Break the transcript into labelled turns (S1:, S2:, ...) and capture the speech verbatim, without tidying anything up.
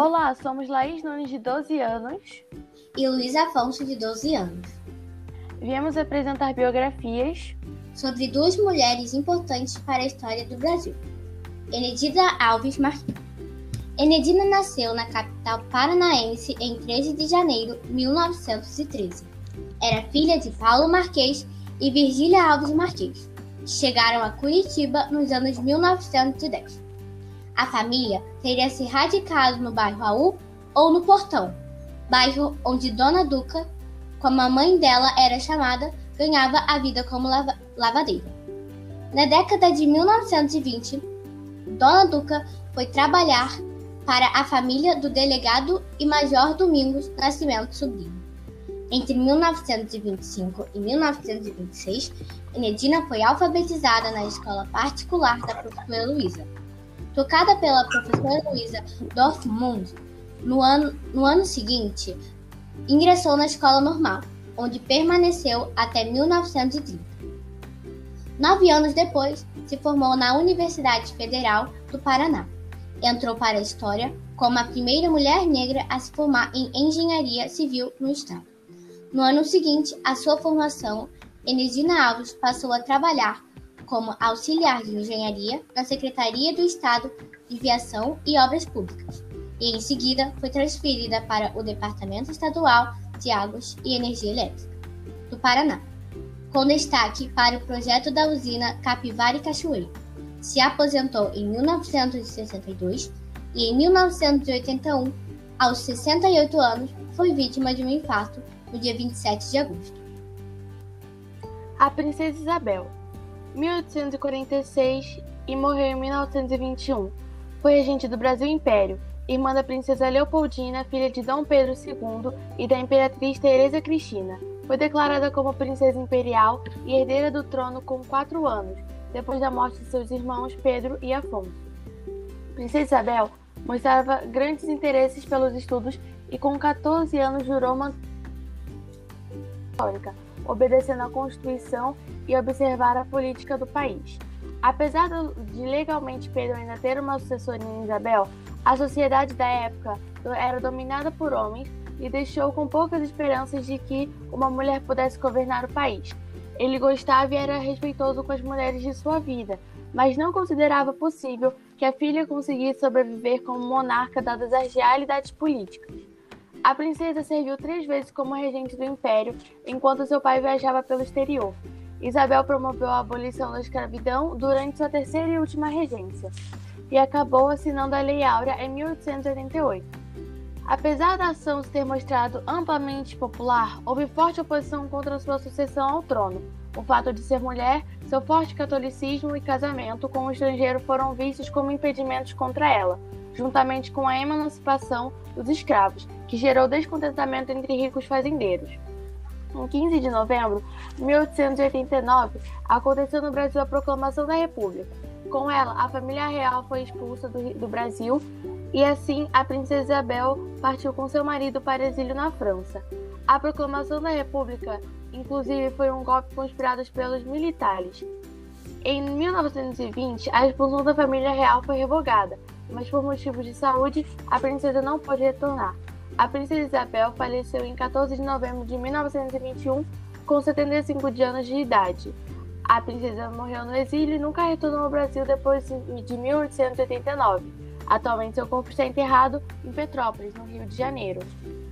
S1: Olá, somos Laís Nunes, de doze anos.
S2: E Luiz Afonso, de doze anos.
S1: Viemos apresentar biografias
S2: sobre duas mulheres importantes para a história do Brasil. Enedina Alves Martins. Enedina nasceu na capital paranaense em treze de janeiro de mil novecentos e treze. Era filha de Paulo Marquês e Virgília Alves Martins, que chegaram a Curitiba nos anos mil novecentos e dez. A família teria se radicado no bairro Raul ou no Portão, bairro onde Dona Duca, como a mãe dela era chamada, ganhava a vida como lava- lavadeira. Na década de mil novecentos e vinte, Dona Duca foi trabalhar para a família do delegado e major Domingos Nascimento Sobrinho. Entre mil novecentos e vinte e cinco e mil novecentos e vinte e seis, Enedina foi alfabetizada na escola particular da professora Luísa. Tocada pela professora Luísa Dorfmund, no ano, no ano seguinte, ingressou na escola normal, onde permaneceu até mil novecentos e trinta. Nove anos depois, se formou na Universidade Federal do Paraná. Entrou para a história como a primeira mulher negra a se formar em engenharia civil no estado. No ano seguinte, à sua formação, Enedina Alves passou a trabalhar como auxiliar de engenharia na Secretaria do Estado de Viação e Obras Públicas, e em seguida foi transferida para o Departamento Estadual de Águas e Energia Elétrica do Paraná, com destaque para o projeto da usina Capivara e Cachoeira. Se aposentou em mil novecentos e sessenta e dois e em mil novecentos e oitenta e um, aos sessenta e oito anos, foi vítima de um infarto no dia vinte e sete de agosto.
S1: A Princesa Isabel, mil oitocentos e quarenta e seis e morreu em mil novecentos e vinte e um. Foi regente do Brasil Império, irmã da Princesa Leopoldina, filha de Dom Pedro segundo e da Imperatriz Teresa Cristina. Foi declarada como princesa imperial e herdeira do trono com quatro anos, depois da morte de seus irmãos Pedro e Afonso. Princesa Isabel mostrava grandes interesses pelos estudos e com catorze anos jurou uma histórica, obedecendo à Constituição e observar a política do país. Apesar de legalmente Pedro ainda ter uma sucessoria em Isabel, a sociedade da época era dominada por homens e deixou com poucas esperanças de que uma mulher pudesse governar o país. Ele gostava e era respeitoso com as mulheres de sua vida, mas não considerava possível que a filha conseguisse sobreviver como monarca dadas as realidades políticas. A princesa serviu três vezes como regente do Império, enquanto seu pai viajava pelo exterior. Isabel promoveu a abolição da escravidão durante sua terceira e última regência, e acabou assinando a Lei Áurea em mil oitocentos e oitenta e oito. Apesar da ação se ter mostrado amplamente popular, houve forte oposição contra sua sucessão ao trono. O fato de ser mulher, seu forte catolicismo e casamento com o estrangeiro foram vistos como impedimentos contra ela, juntamente com a emancipação dos escravos, que gerou descontentamento entre ricos fazendeiros. Em quinze de novembro de mil oitocentos e oitenta e nove, aconteceu no Brasil a Proclamação da República. Com ela, a família real foi expulsa do, do Brasil e assim a princesa Isabel partiu com seu marido para exílio na França. A Proclamação da República, inclusive, foi um golpe conspirado pelos militares. Em mil novecentos e vinte, a expulsão da família real foi revogada, mas por motivos de saúde, a princesa não pôde retornar. A princesa Isabel faleceu em quatorze de novembro de mil novecentos e vinte e um, com setenta e cinco anos de idade. A princesa morreu no exílio e nunca retornou ao Brasil depois de mil oitocentos e oitenta e nove. Atualmente, seu corpo está enterrado em Petrópolis, no Rio de Janeiro.